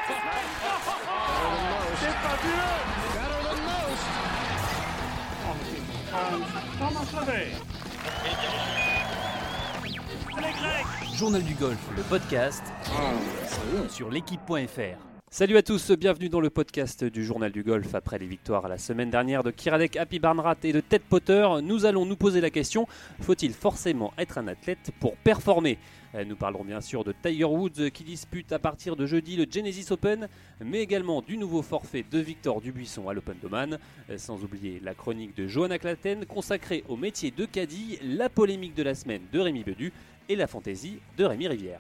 C'est fabuleux. Journal du golf, le podcast sur l'équipe.fr. Salut à tous, bienvenue dans le podcast du Journal du golf. Après les victoires la semaine dernière de Kiradech, Happy Barnrat et de Ted Potter, nous allons nous poser la question, faut-il forcément être un athlète pour performer ? Nous parlerons bien sûr de Tiger Woods qui dispute à partir de jeudi le Genesis Open, mais également du nouveau forfait de Victor Dubuisson à l'Open d'Oman, sans oublier la chronique de Johanna Claten consacrée au métier de caddie, la polémique de la semaine de Rémi Bedu et la fantaisie de Rémi Rivière.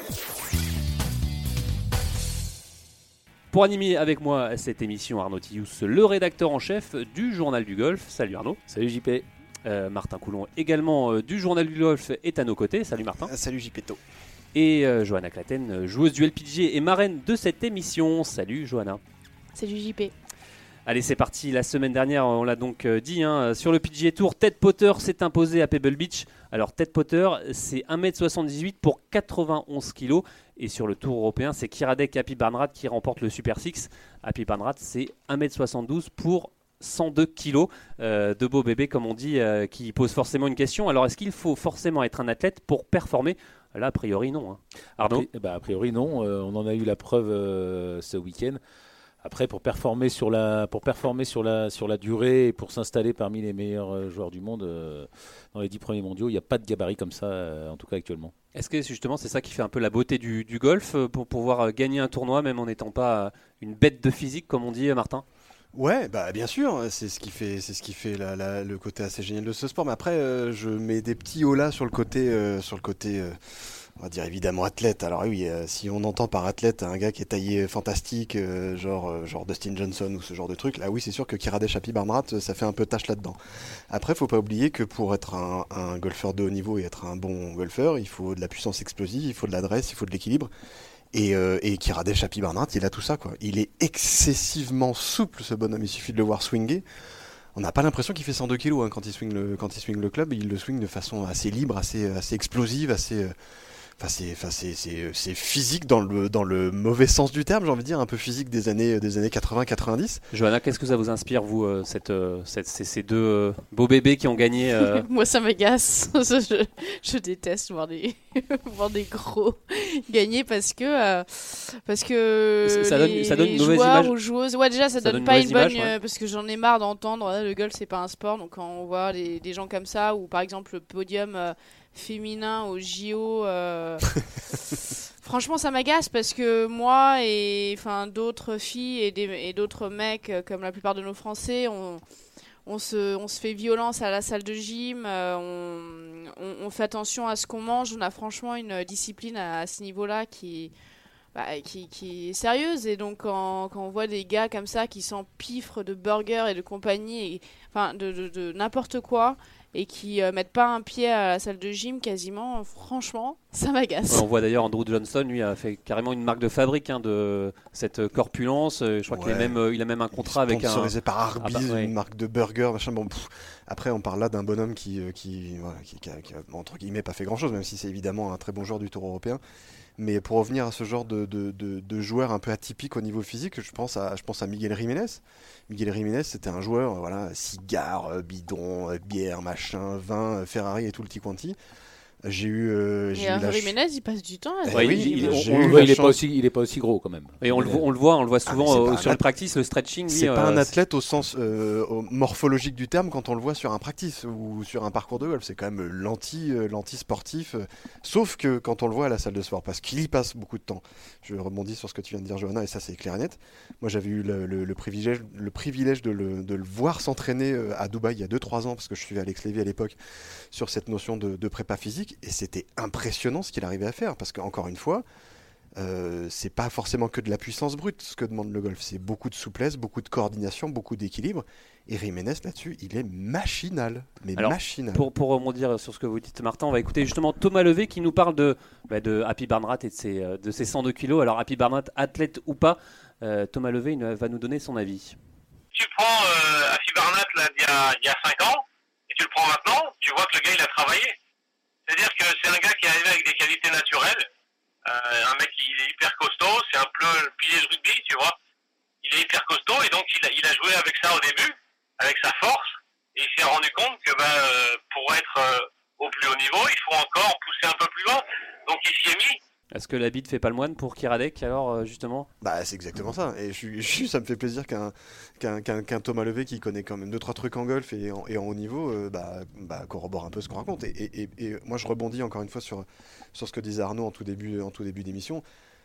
Pour animer avec moi cette émission, Arnaud Tillous, le rédacteur en chef du Journal du Golf. Salut Arnaud. Salut JP. Martin Coulon, également du Journal du Golf, est à nos côtés. Salut Martin. Salut JPto. Et Johanna Claten, joueuse du LPGA et marraine de cette émission. Salut Johanna. Salut JP. Allez, c'est parti. La semaine dernière, on l'a donc dit, sur le PGA Tour, Ted Potter s'est imposé à Pebble Beach. Alors, Ted Potter, c'est 1m78 pour 91 kg. Et sur le Tour européen, c'est Kiradech Happy Barnrat qui remporte le Super Six. Happy Barnrat, c'est 1m72 pour 102 kg. De beaux bébés, comme on dit, qui posent forcément une question. Alors, est-ce qu'il faut forcément être un athlète pour performer ? Là, a priori, non. Arnaud ? A priori, non. On en a eu la preuve ce week-end. Après, pour performer sur la durée et pour s'installer parmi les meilleurs joueurs du monde dans les 10 premiers mondiaux, il n'y a pas de gabarit comme ça, en tout cas actuellement. Est-ce que justement c'est ça qui fait un peu la beauté du golf, pour pouvoir gagner un tournoi même en n'étant pas une bête de physique, comme on dit, Martin ? Ouais, bah bien sûr, c'est ce qui fait le côté assez génial de ce sport. Mais après, je mets des petits hauts là sur le côté, on va dire évidemment athlète. Alors oui, si on entend par athlète un gars qui est taillé fantastique, genre Dustin Johnson ou ce genre de truc, là oui, c'est sûr que Kiradech Happy Barnrat, ça fait un peu tâche là-dedans. Après, faut pas oublier que pour être un golfeur de haut niveau et être un bon golfeur, il faut de la puissance explosive, il faut de l'adresse, il faut de l'équilibre. Et Kiradech Happy Barnrat, il a tout ça, quoi. Il est excessivement souple, ce bonhomme. Il suffit de le voir swinger. On n'a pas l'impression qu'il fait 102 kilos quand il swing le club. Il le swing de façon assez libre, assez explosive, assez. C'est physique dans le mauvais sens du terme, j'ai envie de dire, un peu physique des années 80-90. Johanna, qu'est-ce que ça vous inspire, vous, ces deux beaux bébés qui ont gagné Moi, ça m'agace. Je déteste voir des gros gagner parce que ça donne une mauvaise joueurs image. ou joueuses, ouais, déjà ça donne pas une bonne image, parce que j'en ai marre d'entendre le golf c'est pas un sport. Donc quand on voit des gens comme ça, ou par exemple le podium féminin au JO, franchement ça m'agace, parce que moi et d'autres filles et d'autres mecs, comme la plupart de nos Français, on se fait violence à la salle de gym, on fait attention à ce qu'on mange. On a franchement une discipline à ce niveau-là qui est sérieuse. Et donc quand on voit des gars comme ça qui s'empiffrent de burgers et de compagnie, de n'importe quoi, et qui mettent pas un pied à la salle de gym quasiment, franchement, ça m'agace. Ouais, on voit d'ailleurs Andrew Johnson, lui, a fait carrément une marque de fabrique de cette corpulence. Je crois qu'il a même un contrat avec un... Sponsorisé par Arby's, une marque de burger, machin. Bon, après, on parle là d'un bonhomme qui a, entre guillemets, pas fait grand-chose, même si c'est évidemment un très bon joueur du Tour européen. Mais pour revenir à ce genre de joueur un peu atypique au niveau physique, je pense à Miguel Jiménez. Miguel Jiménez, c'était un joueur, cigare, bidon, bière, machin, vin, Ferrari et tout le petit quanti. Jiménez, il passe du temps. Il est pas aussi gros quand même. Et on le voit souvent sur le practice, le stretching. C'est pas un athlète au sens morphologique du terme quand on le voit sur un practice ou sur un parcours de golf. C'est quand même l'anti-sportif. Sauf que quand on le voit à la salle de sport, parce qu'il y passe beaucoup de temps. Je rebondis sur ce que tu viens de dire, Johanna, et ça c'est clair et net. Moi j'avais eu le privilège de le voir s'entraîner à Dubaï il y a 2-3 ans, parce que je suivais Alex Lévy à l'époque sur cette notion de prépa physique. Et c'était impressionnant ce qu'il arrivait à faire, parce qu'encore une fois, c'est pas forcément que de la puissance brute ce que demande le golf, c'est beaucoup de souplesse, beaucoup de coordination, beaucoup d'équilibre. Et Jiménez là-dessus, il est machinal, machinal. Pour rebondir sur ce que vous dites, Martin, on va écouter justement Thomas Levé qui nous parle de Happy Barnrat et de ses 102 kilos. Alors Happy Barnrat, athlète ou pas, Thomas Levé va nous donner son avis. Tu prends Happy Barnrat là, il y a 5 ans, et tu le prends maintenant, tu vois que le gars il a travaillé. C'est-à-dire que c'est un gars qui est arrivé avec des qualités naturelles. Un mec, il est hyper costaud, c'est un peu le pilier il a joué avec ça au début, avec sa force, et il s'est rendu compte que pour être au plus haut niveau, il faut encore pousser un peu plus loin. Donc il s'y est mis. Est-ce que l'habit ne fait pas le moine pour Kiradec alors justement ? Bah c'est exactement ça. Et ça me fait plaisir qu'un Thomas Levé qui connaît quand même 2-3 trucs en golf et en haut niveau corrobore un peu ce qu'on raconte. Et moi je rebondis encore une fois sur ce que disait Arnaud en tout début d'émission.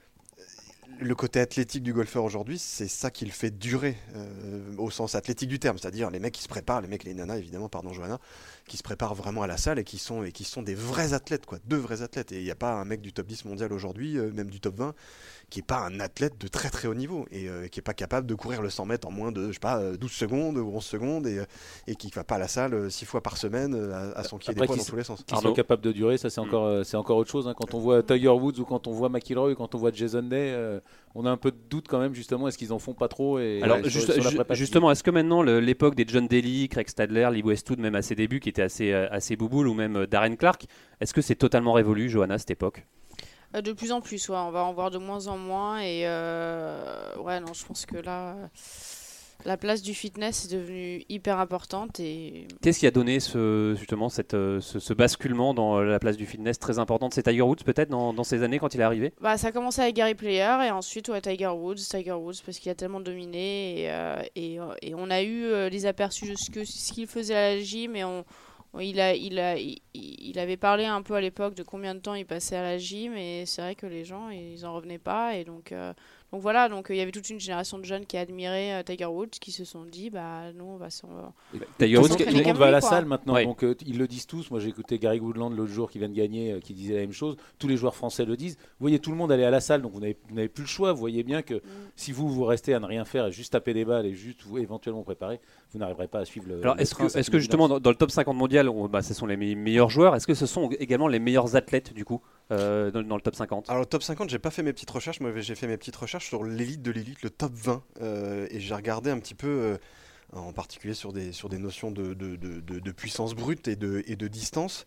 Le côté athlétique du golfeur aujourd'hui, c'est ça qui le fait durer au sens athlétique du terme, c'est-à-dire les mecs qui se préparent, les nanas évidemment, pardon Johanna, qui se préparent vraiment à la salle et qui sont des vrais athlètes, quoi, deux vrais athlètes. Et il n'y a pas un mec du top 10 mondial aujourd'hui, même du top 20, qui n'est pas un athlète de très très haut niveau et qui n'est pas capable de courir le 100 mètres en moins de 12 secondes ou 11 secondes et qui ne va pas à la salle 6 fois par semaine à son pied des poids dans tous les sens. Qui sont capables de durer, ça c'est encore autre chose. Hein. Quand on voit Tiger Woods ou quand on voit McIlroy ou quand on voit Jason Day, on a un peu de doute quand même justement, est-ce qu'ils en font pas trop Alors justement, est-ce que maintenant l'époque des John Daly, Craig Stadler, Lee Westwood, même à ses débuts qui étaient assez bouboule, ou même Darren Clarke, est-ce que c'est totalement révolu, Johanna, cette époque ? De plus en plus, ouais, on va en voir de moins en moins et non, je pense que là la place du fitness est devenue hyper importante. Et qu'est-ce qui a donné ce basculement dans la place du fitness très importante ? C'est Tiger Woods peut-être dans ces années quand il est arrivé ? Ça a commencé avec Gary Player et ensuite Tiger Woods parce qu'il a tellement dominé et on a eu les aperçus de ce qu'il faisait à la gym et il avait parlé un peu à l'époque de combien de temps il passait à la gym et c'est vrai que les gens ils en revenaient pas et donc voilà, il y avait toute une génération de jeunes qui admiraient Tiger Woods qui se sont dit nous on va Tiger Woods, tout le monde va à la salle maintenant, ouais. Donc ils le disent tous. Moi j'ai écouté Gary Woodland l'autre jour qui vient de gagner qui disait la même chose. Tous les joueurs français le disent. Vous voyez tout le monde aller à la salle, donc vous n'avez plus le choix. Vous voyez bien que si vous restez à ne rien faire et juste taper des balles et juste vous éventuellement préparer, vous n'arriverez pas à suivre le. Alors est-ce que justement dans le top 50 mondial, ce sont les meilleurs joueurs, est-ce que ce sont également les meilleurs athlètes du coup dans le top 50 ? Alors le top 50, j'ai pas fait mes petites recherches, moi j'ai fait mes petites recherches sur l'élite de l'élite, le top 20 et j'ai regardé un petit peu en particulier sur des notions de puissance brute et de distance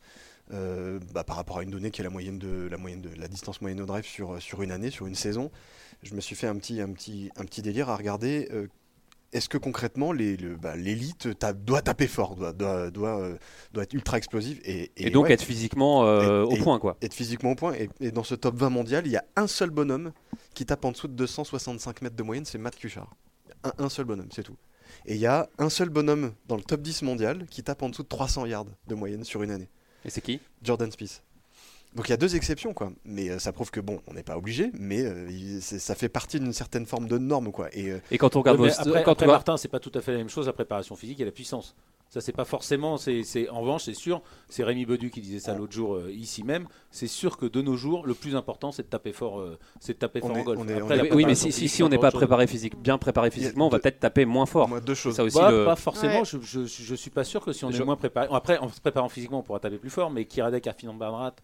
par rapport à une donnée qui est la moyenne de la distance moyenne au drive sur une année, sur une saison. Je me suis fait un petit délire à regarder est-ce que concrètement l'élite doit taper fort, doit être ultra explosive et donc être physiquement au point quoi. Être physiquement au point et dans ce top 20 mondial, il y a un seul bonhomme qui tape en dessous de 265 mètres de moyenne, c'est Matt Kuchar. Un seul bonhomme, c'est tout. Et il y a un seul bonhomme dans le top 10 mondial qui tape en dessous de 300 yards de moyenne sur une année. Et c'est qui ? Jordan Spieth. Donc il y a deux exceptions, quoi. Mais ça prouve que on n'est pas obligé, mais ça fait partie d'une certaine forme de norme, quoi. Et quand on regarde après Martin, c'est pas tout à fait la même chose, la préparation physique et la puissance. Ça c'est pas forcément, en revanche c'est sûr, c'est Rémi Bedu qui disait ça l'autre jour ici même. C'est sûr que de nos jours, le plus important c'est de taper fort, en golf. Oui, mais si on n'est pas bien préparé physiquement, on va peut-être taper moins fort. Deux choses. Ça aussi, pas forcément. Ouais. Je suis pas sûr que si on est moins préparé. Après, en se préparant physiquement, on pourra taper plus fort. Mais Kiradec, Arfin Barnrat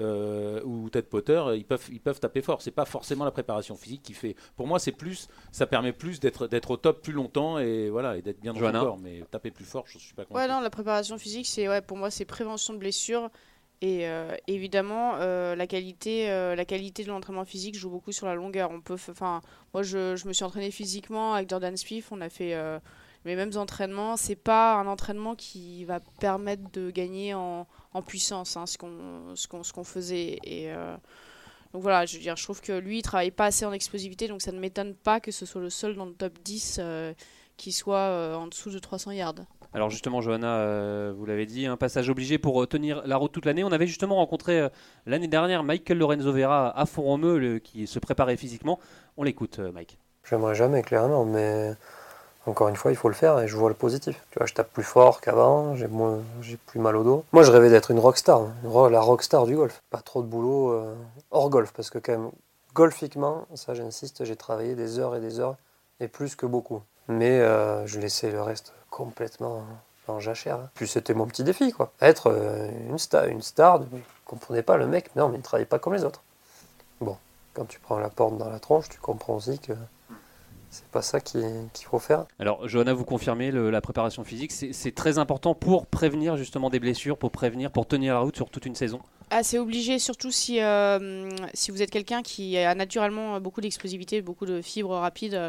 ou Ted Potter, ils peuvent taper fort. C'est pas forcément la préparation physique qui fait. Pour moi, ça permet plus d'être au top plus longtemps et d'être bien dans son corps. Mais taper plus fort, je suis pas convaincu. Ouais, non, la préparation physique, pour moi, c'est prévention de blessures. Et évidemment, la qualité de l'entraînement physique joue beaucoup sur la longueur. Moi, je me suis entraîné physiquement avec Jordan Spieth. On a fait les mêmes entraînements. C'est pas un entraînement qui va permettre de gagner en puissance, ce qu'on faisait. Et donc voilà, je trouve que lui, il travaille pas assez en explosivité, donc ça ne m'étonne pas que ce soit le seul dans le top 10 qui soit en dessous de 300 yards. Alors justement, Johanna, vous l'avez dit, un passage obligé pour tenir la route toute l'année. On avait justement rencontré l'année dernière Michael Lorenzo Vera à Font-Romeu qui se préparait physiquement. On l'écoute, Mike. J'aimerais jamais, clairement, mais encore une fois, il faut le faire et je vois le positif. Tu vois, je tape plus fort qu'avant, j'ai plus mal au dos. Moi, je rêvais d'être une rockstar, la rockstar du golf. Pas trop de boulot hors golf, parce que quand même, golfiquement, ça j'insiste, j'ai travaillé des heures et plus que beaucoup. Mais je laissais le reste complètement en jachère. Puis c'était mon petit défi, quoi. Être une star, je ne comprenais pas le mec, non, mais il ne travaillait pas comme les autres. Bon, quand tu prends la porte dans la tronche, tu comprends aussi que c'est pas ça qu'il faut faire. Alors, Johanna, vous confirmez la préparation physique, c'est très important pour prévenir justement des blessures, pour tenir la route sur toute une saison. C'est obligé, surtout si vous êtes quelqu'un qui a naturellement beaucoup d'explosivité, beaucoup de fibres rapides.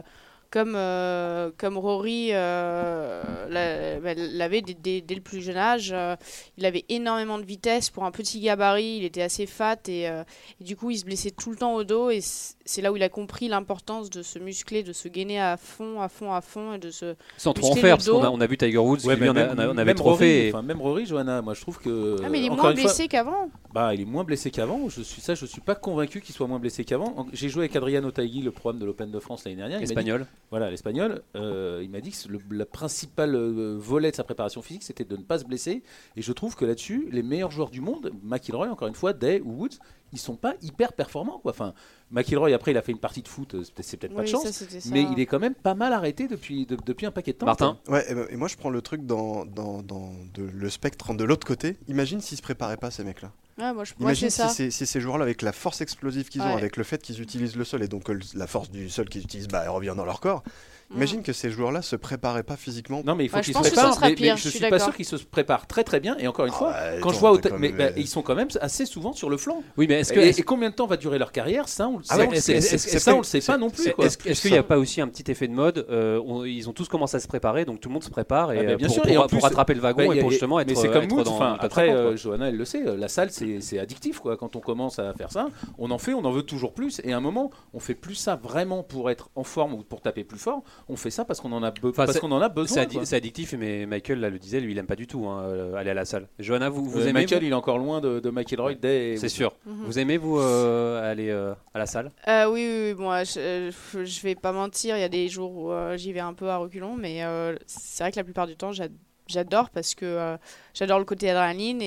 comme Rory l'avait dès le plus jeune âge. Il avait énormément de vitesse pour un petit gabarit, il était assez fat et du coup il se blessait tout le temps au dos et c'est là où il a compris l'importance de se muscler, de se gainer à fond et de se sans trop en muscler faire, le parce dos. qu'on a vu Tiger Woods, Ouais, qui lui, on avait trop Rory, fait. enfin, même Rory, Johanna, moi je trouve que. Ah, mais il est encore moins une fois, blessé qu'avant. bah, il est moins blessé qu'avant. Je suis pas convaincu qu'il soit moins blessé qu'avant. J'ai joué avec Adriano Taigui, le programme de l'Open de France l'année dernière. Espagnol. Voilà, l'espagnol. Il m'a dit que la principale volet de sa préparation physique, c'était de ne pas se blesser. Et je trouve que là-dessus, les meilleurs joueurs du monde, McIlroy, encore une fois, Day ou Woods, ils sont pas hyper performants, quoi. Enfin, McIlroy, après, il a fait une partie de foot, c'est peut-être pas de chance, ça. mais il est quand même pas mal arrêté depuis un paquet de temps. Martin. Ouais, et moi je prends le truc dans le spectre de l'autre côté. Imagine s'ils se préparaient pas, ces mecs-là. Ouais, moi Imagine c'est ça. si ces joueurs-là, avec la force explosive qu'ils ont, Ouais. avec le fait qu'ils utilisent le sol et donc la force du sol qu'ils utilisent, elle revient dans leur corps. Imagine que ces joueurs-là se préparaient pas physiquement. Non, mais il faut Ouais, qu'ils je se pense que ça préparent. serait Mais pire, je je suis suis pas d'accord. sûr qu'ils se préparent très très bien. Et encore une fois, ouais, quand attends, je vois, t'as quand même, ils sont quand même assez souvent sur le flanc. Oui, mais est-ce que Et combien de temps va durer leur carrière? Ça, on le sait. Ah ouais, Ça, on le sait pas non plus. quoi. Est-ce qu'il n'y a pas aussi un petit effet de mode ils ont tous commencé à se préparer, donc tout le monde se prépare et, Ah bah, bien pour, sûr, pour- et en pour plus, rattraper le wagon bah, et pour justement être, mais c'est comme être Woods. dans Enfin, le top après, 50, quoi. Johanna, elle le sait. La salle, c'est addictif, quoi. Quand on commence à faire ça, on en veut toujours plus. Et à un moment, on fait plus ça vraiment pour être en forme ou pour taper plus fort. On fait ça parce qu'on en a Enfin, besoin. quoi. C'est addictif, mais Michael là, le disait, lui il aime pas du tout aller à la salle. Johanna, vous aimez Michael, vous il est encore loin de McIlroy. C'est sûr. Mhm. Vous aimez vous aller à la salle? Oui, moi je vais pas mentir, il y a des jours où j'y vais un peu à reculons, mais c'est vrai que la plupart du temps j'adore parce que j'adore le côté adrénaline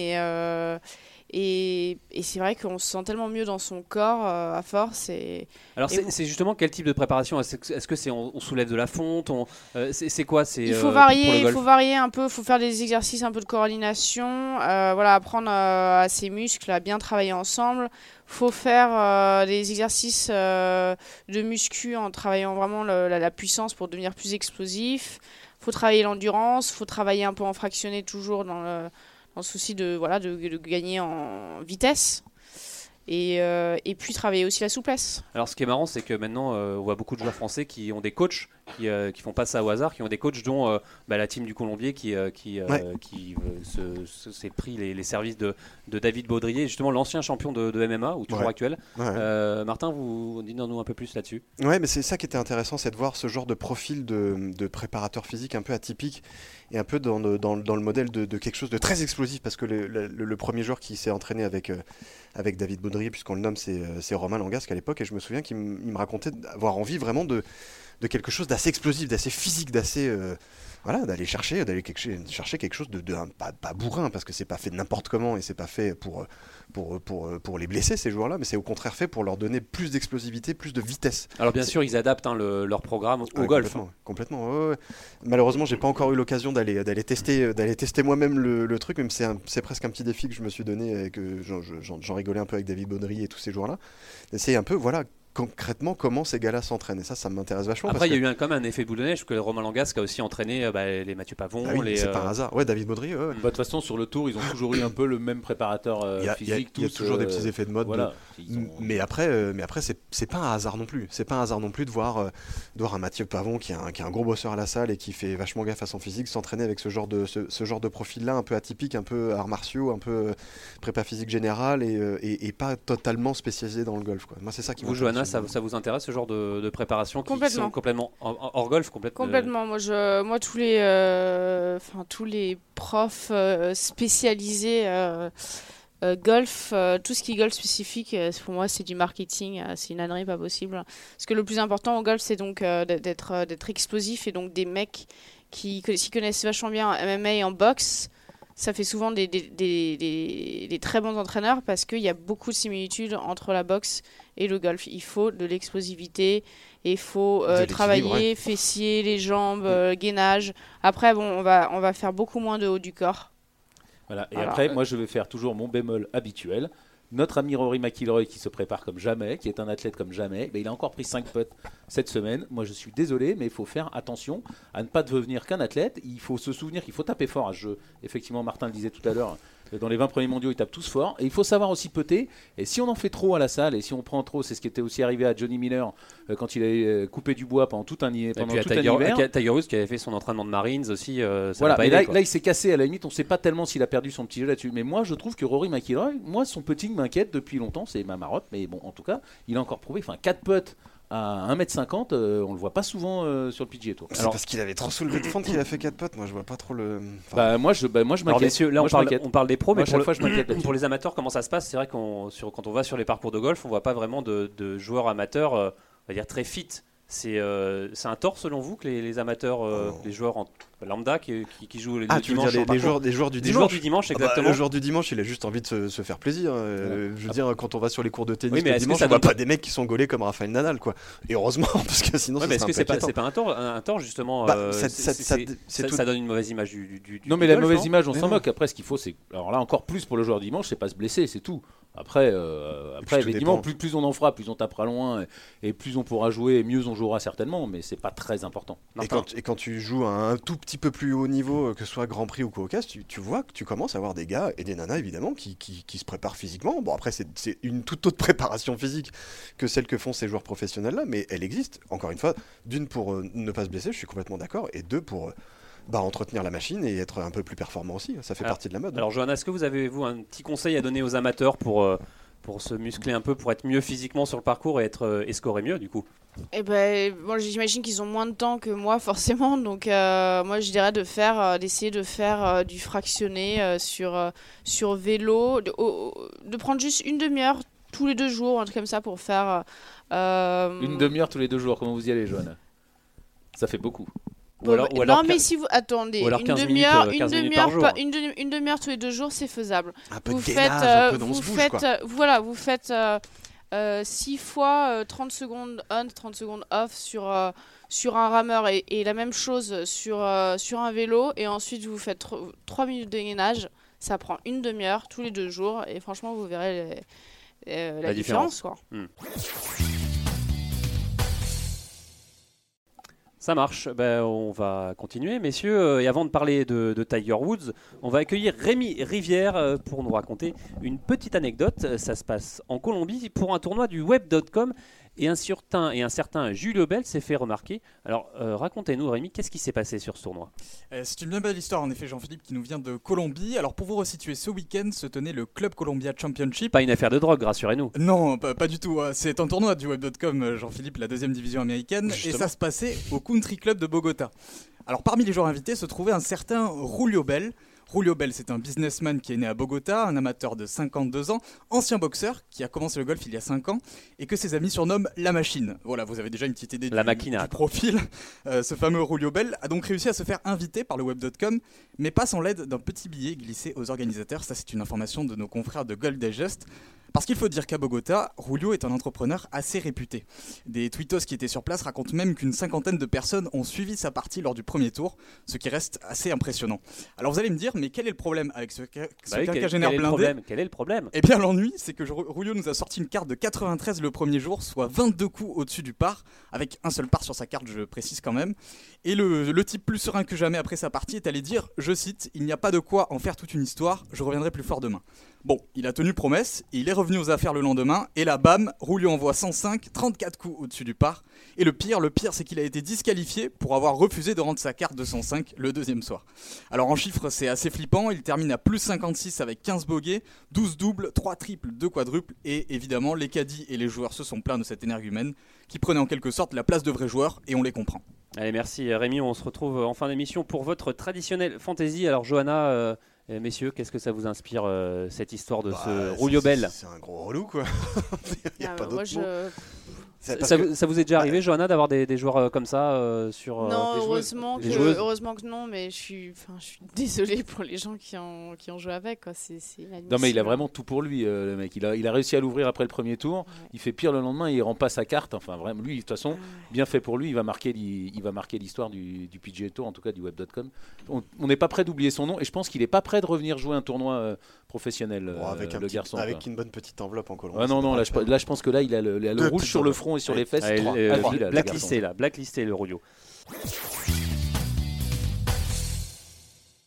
et c'est vrai qu'on se sent tellement mieux dans son corps à force. Alors c'est justement quel type de préparation? Est-ce que c'est on soulève de la fonte? C'est quoi? Il faut pour varier, le il golf faut varier un peu, il faut faire des exercices un peu de coordination, voilà, apprendre à ses muscles à bien travailler ensemble. Faut faire des exercices de muscu en travaillant vraiment la puissance pour devenir plus explosif. Faut travailler l'endurance, faut travailler un peu en fractionné toujours dans le souci de gagner en vitesse. Et puis travailler aussi la souplesse. Alors ce qui est marrant, c'est que maintenant on voit beaucoup de joueurs français qui ont des coachs qui font pas ça au hasard, qui ont des coachs dont la team du Colombier qui s'est pris les services de David Baudrier, justement l'ancien champion de MMA ou toujours actuel. Ouais. Martin, vous dites-nous un peu plus là-dessus. Ouais, mais c'est ça qui était intéressant, c'est de voir ce genre de profil de préparateur physique un peu atypique et un peu dans le modèle de quelque chose de très explosif, parce que le premier joueur qui s'est entraîné avec David Baudrier, puisqu'on le nomme, c'est Romain Langasque à l'époque, et je me souviens qu'il me racontait avoir envie vraiment de quelque chose d'assez explosif, d'assez physique, d'assez d'aller chercher quelque chose de pas bourrin, parce que c'est pas fait n'importe comment et c'est pas fait pour les blesser, ces joueurs-là, mais c'est au contraire fait pour leur donner plus d'explosivité, plus de vitesse. Alors bien sûr, ils adaptent leur programme au golf. Complètement. Ouais. Malheureusement, j'ai pas encore eu l'occasion d'aller tester moi-même le truc, même c'est presque un petit défi que je me suis donné et que j'en rigolais un peu avec David Baudry et tous ces joueurs-là. C'est un peu concrètement comment ces gars-là s'entraînent, et ça m'intéresse vachement. Après, il y a eu quand même un effet boule de neige, parce que Romain Langasque a aussi entraîné les Mathieu Pavon. C'est pas un hasard. Ouais, David Baudry. De toute façon, sur le tour, ils ont toujours eu un peu le même préparateur physique. Il y a toujours des petits effets de mode. Voilà. Mais après, c'est pas un hasard non plus. C'est pas un hasard non plus de voir un Mathieu Pavon qui est un gros bosseur à la salle et qui fait vachement gaffe à son physique, s'entraîner avec ce genre de profil-là, un peu atypique, un peu arts martiaux, un peu prépa physique générale et pas totalement spécialisé dans le golf, quoi. Moi, c'est ça qui vous, Johanna, ça vous intéresse ce genre de préparation qui sont complètement hors golf, complètement. Moi, tous les profs spécialisés golf, tout ce qui est golf spécifique, pour moi c'est du marketing, c'est une ânerie pas possible. Parce que le plus important au golf, c'est donc d'être explosif, et donc des mecs qui s'y connaissent vachement bien en MMA et en boxe. Ça fait souvent des très bons entraîneurs, parce qu'il y a beaucoup de similitudes entre la boxe et le golf. Il faut de l'explosivité, et il faut travailler fessiers, les jambes, gainage. Après, on va faire beaucoup moins de haut du corps. Voilà. Et après, moi, je vais faire toujours mon bémol habituel. Notre ami Rory McIlroy, qui se prépare comme jamais, qui est un athlète comme jamais, il a encore pris 5 putts cette semaine. Moi, je suis désolé, mais il faut faire attention à ne pas devenir qu'un athlète. Il faut se souvenir qu'il faut taper fort à ce jeu. Effectivement, Martin le disait tout à l'heure, Dans les 20 premiers mondiaux, ils tapent tous fort. Et il faut savoir aussi peter. Et si on en fait trop à la salle, et si on prend trop, c'est ce qui était aussi arrivé à Johnny Miller quand il a coupé du bois pendant tout un hiver. Tiger Woods qui avait fait son entraînement de Marines aussi. Voilà, mais là, il s'est cassé. À la limite, on ne sait pas tellement s'il a perdu son petit jeu là-dessus. Mais moi, je trouve que Rory McIlroy, son putting m'inquiète depuis longtemps. C'est ma marotte. Mais bon, en tout cas, il a encore prouvé. 4 putts à 1m50, on le voit pas souvent sur le PGA Tour. C'est parce qu'il avait trop soulevé de fente qu'il a fait 4 putts. Moi, je vois pas trop le. Moi, je m'inquiète. Alors, messieurs, là, on parle des pros, mais pour les amateurs, comment ça se passe ? C'est vrai quand on va sur les parcours de golf, on voit pas vraiment de joueurs amateurs, on va dire très fit. C'est un tort selon vous que les amateurs, les joueurs en lambda qui jouent les dimanches les joueurs du dimanche. Les joueurs du dimanche, exactement. Le joueur du dimanche, il a juste envie de se faire plaisir. Je veux dire, quand on va sur les cours de tennis le dimanche, on voit pas des mecs qui sont gaulés comme Raphaël Nadal, quoi. Et heureusement, parce que sinon, est-ce que c'est pas un tort justement ça donne une mauvaise image du non, mais la mauvaise image, on s'en moque. Après, ce qu'il faut, c'est alors là encore plus pour le joueur du dimanche, c'est pas se blesser, c'est tout. Après effectivement, plus on en fera, plus on tapera loin et plus on pourra jouer, et mieux on jouera certainement, mais c'est pas très important. Et quand tu joues à un tout petit peu plus haut niveau, que ce soit Grand Prix ou Caucase, tu vois que tu commences à avoir des gars et des nanas évidemment qui se préparent physiquement. Bon, après c'est une toute autre préparation physique que celle que font ces joueurs professionnels là, mais elle existe. Encore une fois, d'une pour ne pas se blesser, je suis complètement d'accord, et deux pour entretenir la machine et être un peu plus performant aussi, ça fait partie de la mode. Alors Johanna, est-ce que vous avez un petit conseil à donner aux amateurs pour se muscler un peu, pour être mieux physiquement sur le parcours et scorer mieux du coup ? J'imagine qu'ils ont moins de temps que moi forcément, donc moi je dirais d'essayer de faire du fractionné sur vélo, de prendre juste une demi-heure tous les 2 jours, un truc comme ça pour faire... Une demi-heure tous les 2 jours, comment vous y allez Johanna ? Ça fait beaucoup. Mais si vous attendez une demi-heure tous les 2 jours, c'est faisable. Vous faites 6 fois 30 secondes on, 30 secondes off sur un rameur et la même chose sur un vélo, et ensuite vous faites 3 minutes de gainage. Ça prend une demi-heure tous les 2 jours et franchement vous verrez la différence quoi. Ça marche, on va continuer messieurs, et avant de parler de Tiger Woods, on va accueillir Rémi Rivière pour nous raconter une petite anecdote. Ça se passe en Colombie pour un tournoi du web.com, et un certain Julio Bell s'est fait remarquer. Alors racontez-nous Rémi, qu'est-ce qui s'est passé sur ce tournoi ? C'est une bien belle histoire en effet Jean-Philippe, qui nous vient de Colombie. Alors pour vous resituer, ce week-end se tenait le Club Colombia Championship. Pas une affaire de drogue, rassurez-nous. Non, pas du tout. C'est un tournoi du web.com, Jean-Philippe, la 2e division américaine. Justement. Et ça se passait au Country Club de Bogota. Alors parmi les joueurs invités se trouvait un certain Julio Bell. Julio Bell, c'est un businessman qui est né à Bogota, un amateur de 52 ans, ancien boxeur, qui a commencé le golf il y a 5 ans, et que ses amis surnomment La Machine. Voilà, vous avez déjà une petite idée du profil. Ce fameux Julio Bell a donc réussi à se faire inviter par le web.com, mais pas sans l'aide d'un petit billet glissé aux organisateurs. Ça, c'est une information de nos confrères de Golf Digest. Parce qu'il faut dire qu'à Bogota, Julio est un entrepreneur assez réputé. Des tweetos qui étaient sur place racontent même qu'une 50aine de personnes ont suivi sa partie lors du premier tour, ce qui reste assez impressionnant. Alors vous allez me dire, mais quel est le problème avec ce quinquagénaire blindé ? Quel est le problème ? Eh bien l'ennui, c'est que Julio nous a sorti une carte de 93 le premier jour, soit 22 coups au-dessus du par, avec un seul par sur sa carte, je précise quand même. Et le type plus serein que jamais après sa partie est allé dire, je cite, « Il n'y a pas de quoi en faire toute une histoire, je reviendrai plus fort demain ». Bon, il a tenu promesse, et il est revenu aux affaires le lendemain, et là, bam, Julio envoie 105, 34 coups au-dessus du par. Et le pire, c'est qu'il a été disqualifié pour avoir refusé de rendre sa carte de 105 le deuxième soir. Alors en chiffres, c'est assez flippant, il termine à plus 56 avec 15 bogeys, 12 doubles, 3 triples, 2 quadruples, et évidemment, les caddies et les joueurs se sont plaints de cette énergumène, qui prenait en quelque sorte la place de vrais joueurs, et on les comprend. Allez, merci Rémi, on se retrouve en fin d'émission pour votre traditionnel fantasy. Alors Johanna... messieurs, qu'est-ce que ça vous inspire cette histoire de ce Julio Bell ? C'est un gros relou quoi. Il y a pas d'autre mot. Ça vous est déjà arrivé, Johanna, d'avoir des joueurs comme ça sur non, heureusement que non, mais je suis désolée pour les gens qui ont joué avec quoi. C'est non mais il a vraiment tout pour lui le mec. Il a réussi à l'ouvrir après le premier tour. Ouais. Il fait pire le lendemain, il rend pas sa carte. Enfin vraiment, lui de toute façon, bien fait pour lui. Il va marquer l'histoire du PGA Tour, en tout cas du web.com. On n'est pas prêt d'oublier son nom, et je pense qu'il est pas prêt de revenir jouer un tournoi professionnel. Le garçon. Avec une bonne petite enveloppe en Colombie. Ah non, là je pense que là il a le rouge sur le front et sur les fesses. Blacklisté le Julio.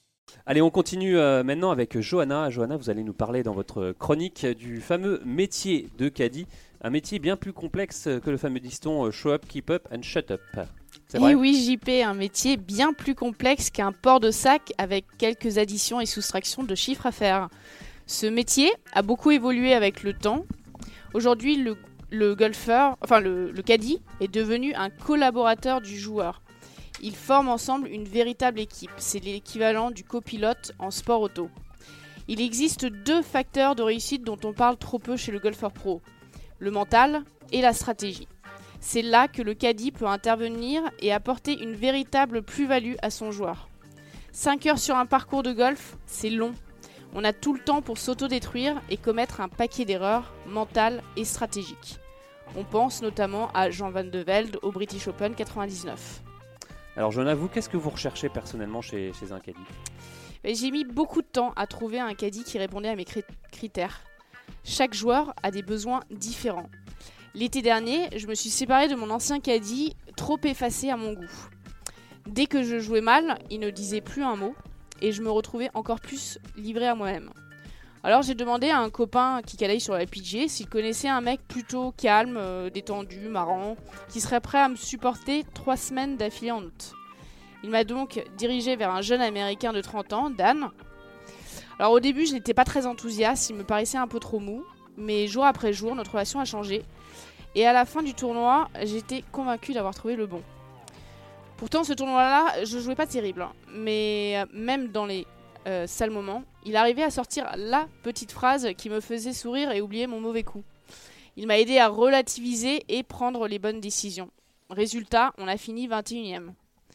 Allez, on continue maintenant avec Johanna. Johanna, vous allez nous parler dans votre chronique du fameux métier de caddie. Un métier bien plus complexe que le fameux dicton show up, keep up and shut up. C'est vrai ? Et oui, JP, un métier bien plus complexe qu'un port de sac avec quelques additions et soustractions de chiffres à faire. Ce métier a beaucoup évolué avec le temps. Aujourd'hui, le golfeur, enfin le caddie, est devenu un collaborateur du joueur. Ils forment ensemble une véritable équipe. C'est l'équivalent du copilote en sport auto. Il existe 2 facteurs de réussite dont on parle trop peu chez le golfeur pro. Le mental et la stratégie. C'est là que le caddie peut intervenir et apporter une véritable plus-value à son joueur. 5 heures sur un parcours de golf, c'est long. On a tout le temps pour s'autodétruire et commettre un paquet d'erreurs mentales et stratégiques. On pense notamment à Jean Van de Velde au British Open 99. Alors Johanna, vous, qu'est-ce que vous recherchez personnellement chez un caddie ? J'ai mis beaucoup de temps à trouver un caddie qui répondait à mes critères. Chaque joueur a des besoins différents. L'été dernier, je me suis séparée de mon ancien caddie, trop effacé à mon goût. Dès que je jouais mal, il ne disait plus un mot et je me retrouvais encore plus livrée à moi-même. Alors j'ai demandé à un copain qui calaille sur la PGA s'il connaissait un mec plutôt calme, détendu, marrant, qui serait prêt à me supporter 3 semaines d'affilée en août. Il m'a donc dirigé vers un jeune américain de 30 ans, Dan. Alors au début, je n'étais pas très enthousiaste, il me paraissait un peu trop mou, mais jour après jour, notre relation a changé. Et à la fin du tournoi, j'étais convaincue d'avoir trouvé le bon. Pourtant, ce tournoi-là, je jouais pas terrible, mais même dans les sales moments, il arrivait à sortir la petite phrase qui me faisait sourire et oublier mon mauvais coup. Il m'a aidé à relativiser et prendre les bonnes décisions. Résultat, on a fini 21e.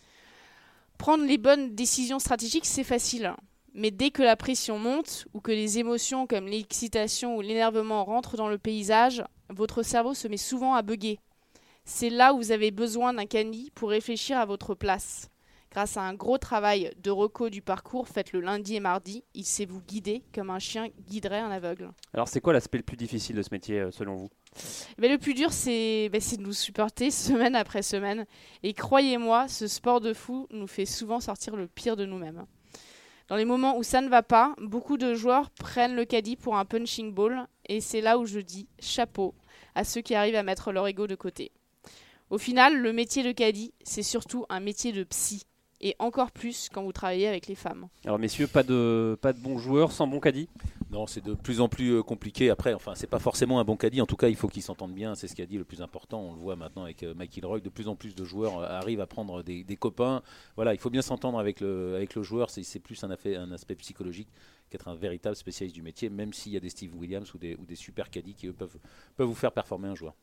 Prendre les bonnes décisions stratégiques, c'est facile. Mais dès que la pression monte, ou que les émotions comme l'excitation ou l'énervement rentrent dans le paysage, votre cerveau se met souvent à bugger. C'est là où vous avez besoin d'un caddie pour réfléchir à votre place. Grâce à un gros travail de reco du parcours fait le lundi et mardi, il sait vous guider comme un chien guiderait un aveugle. Alors c'est quoi l'aspect le plus difficile de ce métier selon vous ? Le plus dur, c'est de nous supporter semaine après semaine. Et croyez-moi, ce sport de fou nous fait souvent sortir le pire de nous-mêmes. Dans les moments où ça ne va pas, beaucoup de joueurs prennent le caddie pour un punching ball. Et c'est là où je dis chapeau à ceux qui arrivent à mettre leur ego de côté. Au final, le métier de caddie, c'est surtout un métier de psy. Et encore plus quand vous travaillez avec les femmes. Alors messieurs, pas de bons joueurs sans bon caddie ? Non, c'est de plus en plus compliqué. Après, c'est pas forcément un bon caddie. En tout cas, il faut qu'ils s'entendent bien. C'est ce qu'a dit le plus important. On le voit maintenant avec Mike Kilroy. De plus en plus de joueurs arrivent à prendre des copains. Voilà, il faut bien s'entendre avec le joueur. C'est plus un aspect psychologique qu'être un véritable spécialiste du métier, même s'il y a des Steve Williams ou des super caddies qui eux, peuvent vous faire performer un joueur.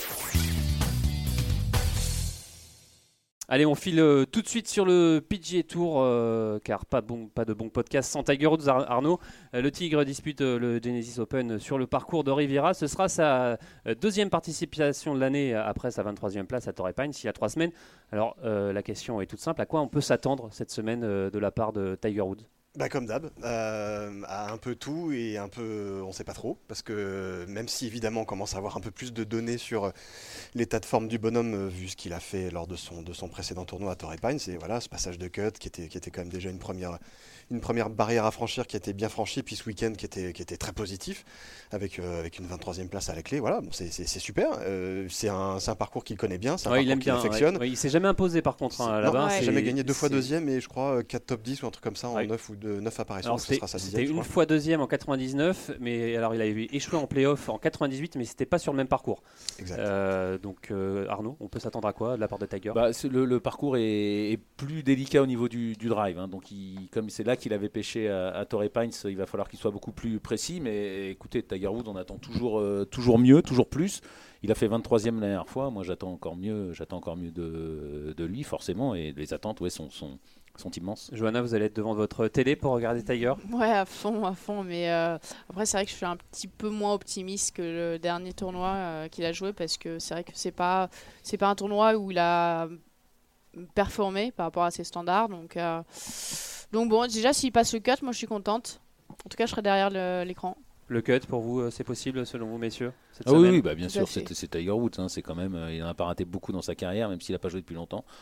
Allez, on file tout de suite sur le PGA Tour, car pas de bon podcast sans Tiger Woods, Arnaud. Le Tigre dispute le Genesis Open sur le parcours de Riviera. Ce sera sa deuxième participation de l'année après sa 23e place à Torrey Pines il y a 3 semaines. Alors, la question est toute simple. À quoi on peut s'attendre cette semaine de la part de Tiger Woods ? Comme d'hab, à un peu tout et un peu on sait pas trop, parce que même si évidemment on commence à avoir un peu plus de données sur l'état de forme du bonhomme vu ce qu'il a fait lors de son précédent tournoi à Torrey Pines, et voilà ce passage de cut qui était quand même déjà une première barrière à franchir qui a été bien franchie, puis ce week-end qui était très positif avec une 23e place à la clé. Voilà, c'est super, c'est un parcours qu'il connaît bien, c'est un parcours qu'il affectionne. Il s'est jamais imposé par contre là-bas. Il s'est jamais gagné 2 fois deuxième et je crois 4 top 10 ou un truc comme ça en 9 apparitions. Alors, c'était une fois deuxième en 99, mais alors il a échoué en play-off en 98, mais c'était pas sur le même parcours. Exact. Donc Arnaud, on peut s'attendre à quoi de la part de Tiger ? Le parcours est plus délicat au niveau du drive, hein. Donc comme c'est là qu'il avait pêché à Torrey Pines, il va falloir qu'il soit beaucoup plus précis. Mais écoutez, Tiger Woods, on attend toujours mieux, toujours plus. Il a fait 23e la dernière fois. Moi, j'attends encore mieux de lui, forcément. Et les attentes, sont immenses. Johanna, vous allez être devant votre télé pour regarder Tiger ? Ouais, à fond. Mais après, c'est vrai que je suis un petit peu moins optimiste que le dernier tournoi qu'il a joué, parce que c'est vrai que c'est pas un tournoi où il a performé par rapport à ses standards. Donc bon, déjà, s'il passe le cut, moi, je suis contente. En tout cas, je serai derrière l'écran. Le cut, pour vous, c'est possible selon vous, messieurs, cette semaine ? Oui, bien sûr, c'est Tiger Woods. Hein, c'est quand même, il n'en a pas raté beaucoup dans sa carrière, même s'il n'a pas joué depuis longtemps.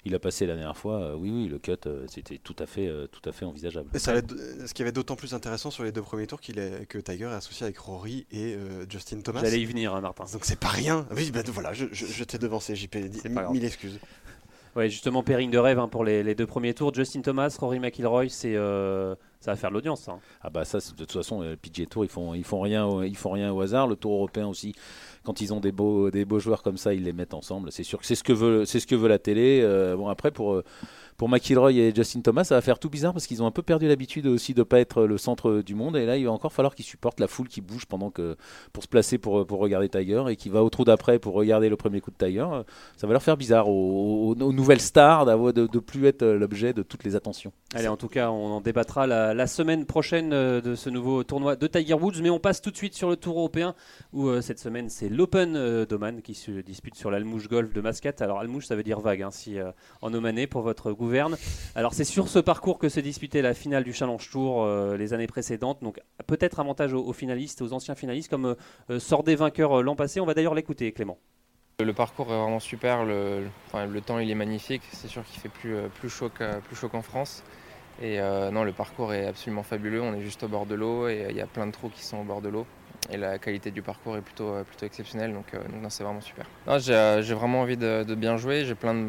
il a passé la dernière fois, oui, le cut, c'était tout à fait envisageable. Et ça va être, ce qui va être d'autant plus intéressant sur les 2 premiers tours que Tiger est associé avec Rory et Justin Thomas. J'allais y venir, hein, Martin. Donc c'est pas rien. Oui, voilà, je t'ai devancé, JP. 1000 excuses. Ouais, justement, pairing de rêve pour les 2 premiers tours. Justin Thomas, Rory McIlroy, ça va faire de l'audience. Ça. Ah bah ça, de toute façon, le PGA Tour, ils font rien au hasard. Le Tour européen aussi, quand ils ont des beaux joueurs comme ça, ils les mettent ensemble. C'est sûr que c'est ce que veut la télé. Bon après pour McIlroy et Justin Thomas, ça va faire tout bizarre parce qu'ils ont un peu perdu l'habitude aussi de pas être le centre du monde. Et là, il va encore falloir qu'ils supportent la foule qui bouge pour se placer pour regarder Tiger et qui va au trou d'après pour regarder le premier coup de Tiger. Ça va leur faire bizarre aux nouvelles stars de plus être l'objet de toutes les attentions. Allez, en tout cas, on en débattra la semaine prochaine de ce nouveau tournoi de Tiger Woods. Mais on passe tout de suite sur le Tour européen où cette semaine, c'est l'Open d'Oman qui se dispute sur l'Almouche Golf de Mascate. Alors, Almouche, ça veut dire vague en omanais pour votre gouverne. Alors c'est sur ce parcours que se disputait la finale du Challenge Tour les années précédentes, donc peut-être avantage aux finalistes, aux anciens finalistes comme Sordet vainqueur l'an passé. On va d'ailleurs l'écouter, Clément. Le parcours est vraiment super, le temps il est magnifique, c'est sûr qu'il fait plus chaud qu'en France. Et non, le parcours est absolument fabuleux, on est juste au bord de l'eau et il y a plein de trous qui sont au bord de l'eau. Et la qualité du parcours est plutôt exceptionnelle, donc non, c'est vraiment super. Non, j'ai vraiment envie de bien jouer, j'ai plein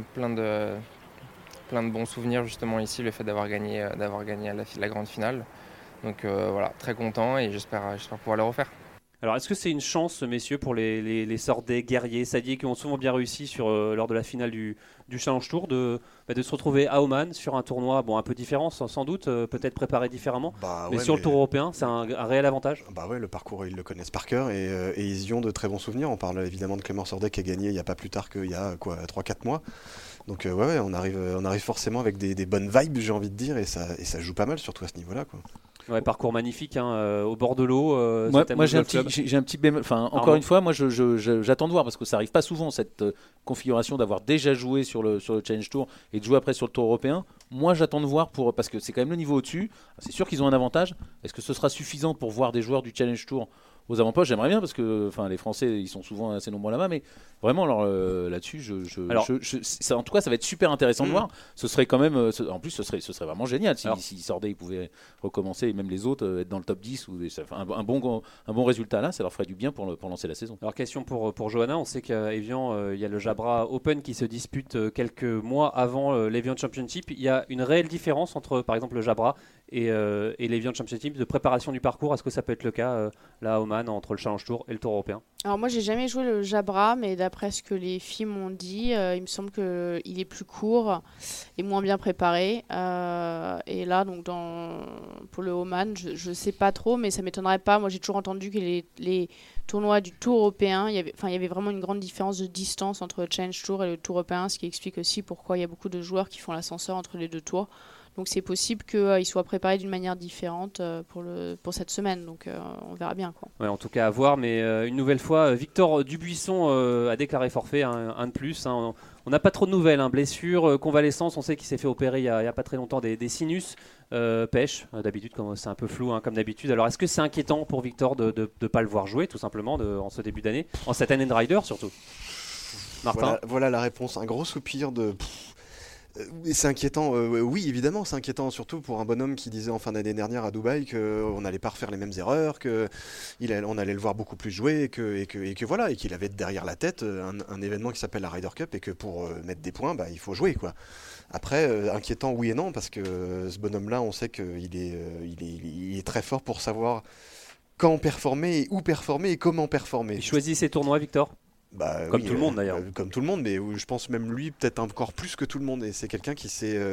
de bons souvenirs justement ici, le fait d'avoir gagné la grande finale. Donc voilà, très content et j'espère pouvoir le refaire. Alors est-ce que c'est une chance, messieurs, pour les Sordais, Guerrier, Sadier qui ont souvent bien réussi lors de la finale du Challenge Tour de se retrouver à Oman sur un tournoi un peu différent sans doute, peut-être préparé différemment, mais sur le Tour européen c'est un réel avantage? Bah ouais, le parcours ils le connaissent par cœur et ils y ont de très bons souvenirs. On parle évidemment de Clément Sordet qui a gagné il n'y a pas plus tard qu'il y a 3-4 mois. Donc ouais, on arrive forcément avec des bonnes vibes, j'ai envie de dire, et ça joue pas mal surtout à ce niveau-là, quoi. Ouais, parcours magnifique au bord de l'eau. Moi j'ai un petit bémol. Enfin, encore une fois, moi j'attends de voir parce que ça arrive pas souvent cette configuration d'avoir déjà joué sur le Challenge Tour et de jouer après sur le Tour européen. Moi j'attends de voir parce que c'est quand même le niveau au-dessus. C'est sûr qu'ils ont un avantage. Est-ce que ce sera suffisant pour voir des joueurs du Challenge Tour aux avant-postes? J'aimerais bien parce que les Français ils sont souvent assez nombreux là-bas, mais vraiment là-dessus en tout cas ça va être super intéressant de voir. Ce serait quand même en plus ce serait vraiment génial si Sordet ils pouvaient recommencer et même les autres être dans le top 10 ou un bon résultat là, ça leur ferait du bien pour lancer la saison. Alors question pour Johanna, on sait qu'à Evian il y a le Jabra Open qui se dispute quelques mois avant l'Evian Championship. Il y a une réelle différence entre par exemple le Jabra et l'Evian Championship de préparation du parcours. Est-ce que ça peut être le cas là à Oman entre le Challenge Tour et le Tour européen? Alors moi j'ai jamais joué le Jabra, mais d'après ce que les filles m'ont dit, il me semble qu'il est plus court et moins bien préparé. Et là donc pour le Oman, je sais pas trop, mais ça m'étonnerait pas. Moi j'ai toujours entendu que les tournois du Tour européen, il y avait vraiment une grande différence de distance entre le Challenge Tour et le Tour européen, ce qui explique aussi pourquoi il y a beaucoup de joueurs qui font l'ascenseur entre les 2 tours. Donc c'est possible qu'ils soient préparés d'une manière différente pour cette semaine. Donc on verra bien, quoi. Ouais, en tout cas à voir. Mais une nouvelle fois, Victor Dubuisson a déclaré forfait, un de plus. On n'a pas trop de nouvelles. Blessure, convalescence. On sait qu'il s'est fait opérer il n'y a pas très longtemps des sinus. Pêche, d'habitude, c'est un peu flou comme d'habitude. Alors est-ce que c'est inquiétant pour Victor de ne pas le voir jouer tout simplement en ce début d'année, en cette année de rider surtout? Martin, voilà la réponse. Un gros soupir de... C'est inquiétant, oui évidemment c'est inquiétant, surtout pour un bonhomme qui disait en fin d'année dernière à Dubaï qu'on n'allait pas refaire les mêmes erreurs, qu'on allait le voir beaucoup plus jouer et qu'il avait derrière la tête un événement qui s'appelle la Ryder Cup et que pour mettre des points il faut jouer, quoi. Après inquiétant oui et non, parce que ce bonhomme là on sait qu'il est très fort pour savoir quand performer et où performer et comment performer. Il choisit ses tournois, Victor? Comme tout le monde d'ailleurs. Comme tout le monde, mais je pense même lui peut-être encore plus que tout le monde. Et c'est quelqu'un qui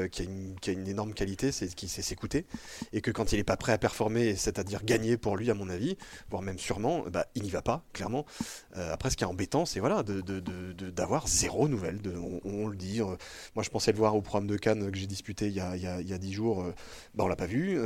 a une énorme qualité, qui sait s'écouter, et que quand il n'est pas prêt à performer, c'est-à-dire gagner pour lui à mon avis, voire même sûrement, il n'y va pas clairement. Après ce qui est embêtant, c'est d'avoir zéro nouvelle. On le dit. Moi je pensais le voir au programme de Cannes que j'ai disputé il y a 10 jours. On l'a pas vu.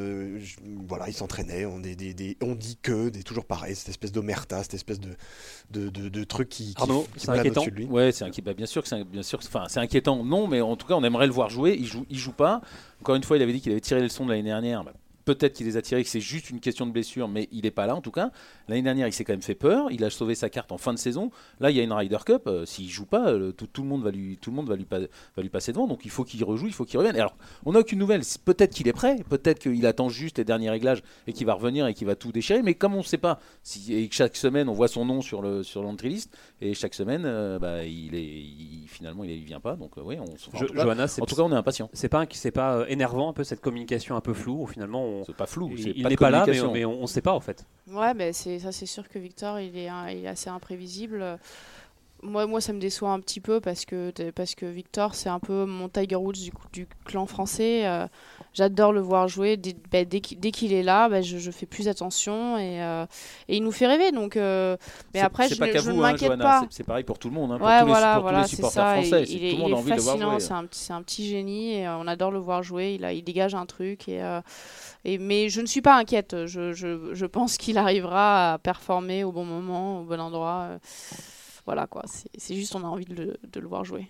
Il s'entraînait. On dit que toujours pareil, cette espèce d'omerta, cette espèce de truc qui c'est inquiétant. Lui. Ouais, bien sûr que c'est inquiétant. Non, mais en tout cas, on aimerait le voir jouer. Il joue pas. Encore une fois, il avait dit qu'il avait tiré les leçons de l'année dernière. peut-être qu'il les a tirés, que c'est juste une question de blessure, mais il n'est pas là en tout cas. L'année dernière, il s'est quand même fait peur. Il a sauvé sa carte en fin de saison. Là, il y a une Ryder Cup. S'il joue pas, tout le monde va lui passer devant. Donc il faut qu'il rejoue, il faut qu'il revienne. Et alors, on n'a aucune nouvelle. Peut-être qu'il est prêt. Peut-être qu'il attend juste les derniers réglages et qu'il va revenir et qu'il va tout déchirer. Mais comme on ne sait pas, et que chaque semaine on voit son nom sur l'entry list, et chaque semaine, finalement, il vient pas. Donc oui, Johanna, en tout cas, on est impatient. C'est pas énervant un peu cette communication un peu floue où finalement c'est pas flou, il n'est pas là, mais on ne sait pas en fait. Ouais, mais c'est sûr que Victor il est assez imprévisible. Moi, ça me déçoit un petit peu parce que Victor, c'est un peu mon Tiger Woods du clan français. J'adore le voir jouer. Dès qu'il est là, je fais plus attention et il nous fait rêver. Donc, mais après, je ne m'inquiète pas. C'est pareil pour tout le monde. Pour tous les supporters français. Il est fascinant. C'est un petit génie. Et, on adore le voir jouer. Il dégage un truc. Mais je ne suis pas inquiète. Je pense qu'il arrivera à performer au bon moment, au bon endroit. Voilà quoi, c'est juste on a envie de le voir jouer.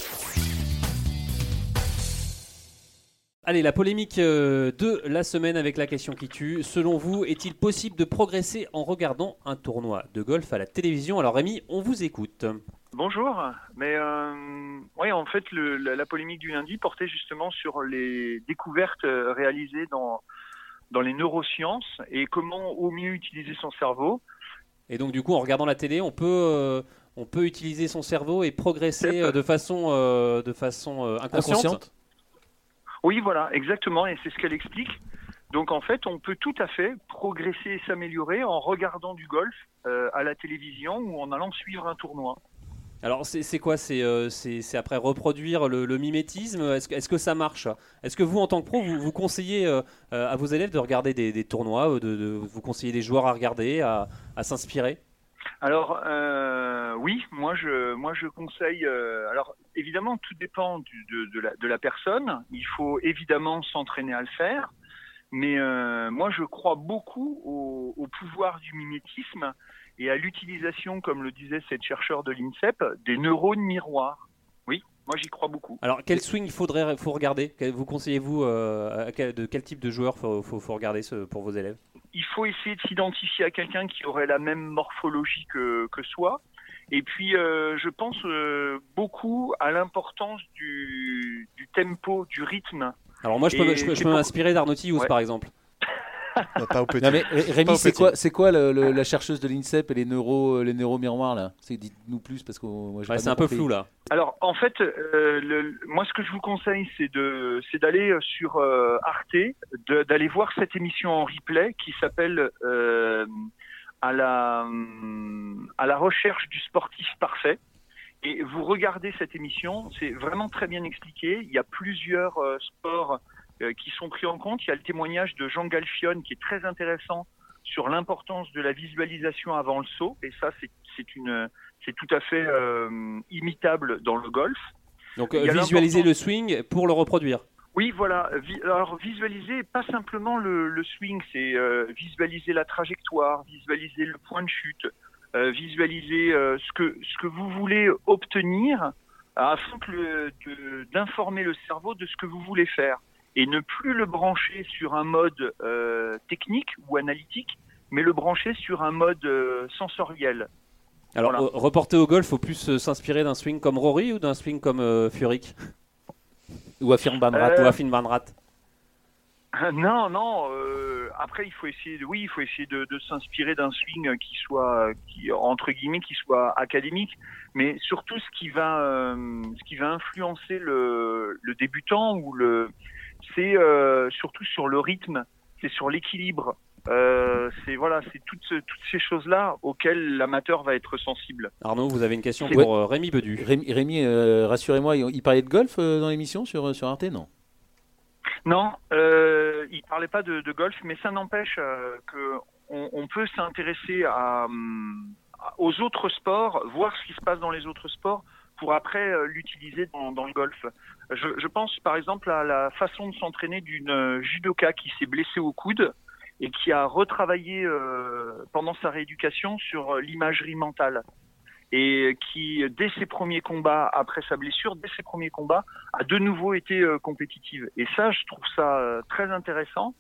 Allez, la polémique de la semaine avec la question qui tue. Selon vous, est-il possible de progresser en regardant un tournoi de golf à la télévision ? Alors Rémi, on vous écoute. Bonjour, mais en fait la polémique du lundi portait justement sur les découvertes réalisées dans les neurosciences et comment au mieux utiliser son cerveau. Et donc du coup, en regardant la télé, on peut utiliser son cerveau et progresser de façon inconsciente. Oui, voilà, exactement, et c'est ce qu'elle explique. Donc en fait, on peut tout à fait progresser et s'améliorer en regardant du golf à la télévision ou en allant suivre un tournoi. Alors c'est quoi ? C'est après reproduire le mimétisme ? Est-ce que ça marche ? Est-ce que vous, en tant que pro, vous conseillez à vos élèves de regarder des tournois, vous conseillez des joueurs à regarder, à s'inspirer ? Alors oui, moi je conseille. Alors évidemment, tout dépend de la personne. Il faut évidemment s'entraîner à le faire, mais moi je crois beaucoup au pouvoir du mimétisme et à l'utilisation, comme le disait cette chercheure de l'INSEP, des neurones miroirs. Oui, moi j'y crois beaucoup. Alors quel swing faut regarder ? Vous conseillez-vous de quel type de joueur faut regarder pour vos élèves ? Il faut essayer de s'identifier à quelqu'un qui aurait la même morphologie que soi. Et puis, je pense beaucoup à l'importance du tempo, du rythme. Alors moi, je peux m'inspirer d'Arnaud par exemple. Pas au petit. Non mais Rémi, c'est quoi la chercheuse de l'INSEP et les neuromiroirs là ? Dites-nous plus parce que moi c'est un peu flou là. Alors en fait, moi ce que je vous conseille c'est d'aller sur Arte, d'aller voir cette émission en replay qui s'appelle à la recherche du sportif parfait. Et vous regardez cette émission, c'est vraiment très bien expliqué. Il y a plusieurs sports qui sont pris en compte. Il y a le témoignage de Jean Galfione qui est très intéressant sur l'importance de la visualisation avant le saut. Et ça, c'est tout à fait imitable dans le golf. Donc visualiser le swing pour le reproduire. Oui, voilà. Alors visualiser pas simplement le swing, c'est visualiser la trajectoire, visualiser le point de chute, visualiser ce que vous voulez obtenir afin d'informer le cerveau de ce que vous voulez faire. Et ne plus le brancher sur un mode technique ou analytique, mais le brancher sur un mode sensoriel. Alors, voilà. Reporté au golf, il faut plus s'inspirer d'un swing comme Rory ou d'un swing comme Furyk ou Affin Barnrat Non. Après, il faut essayer de s'inspirer d'un swing qui soit académique, mais surtout ce qui va influencer le débutant c'est surtout sur le rythme, c'est sur l'équilibre. C'est toutes ces choses-là auxquelles l'amateur va être sensible. Parlait vous avez une question pour Rémi Bedu. Rémi, rassurez-moi, il parlait de golf dans l'émission sur Arte, non ? Non, il parlait pas de golf, mais ça n'empêche qu'on peut s'intéresser aux autres sports, voir ce qui se passe dans les autres sports pour après l'utiliser dans le golf. Je pense par exemple à la façon de s'entraîner d'une judoka qui s'est blessée au coude et qui a retravaillé pendant sa rééducation sur l'imagerie mentale. Et qui, dès ses premiers combats, après sa blessure, a de nouveau été compétitive. Et ça, je trouve ça très intéressant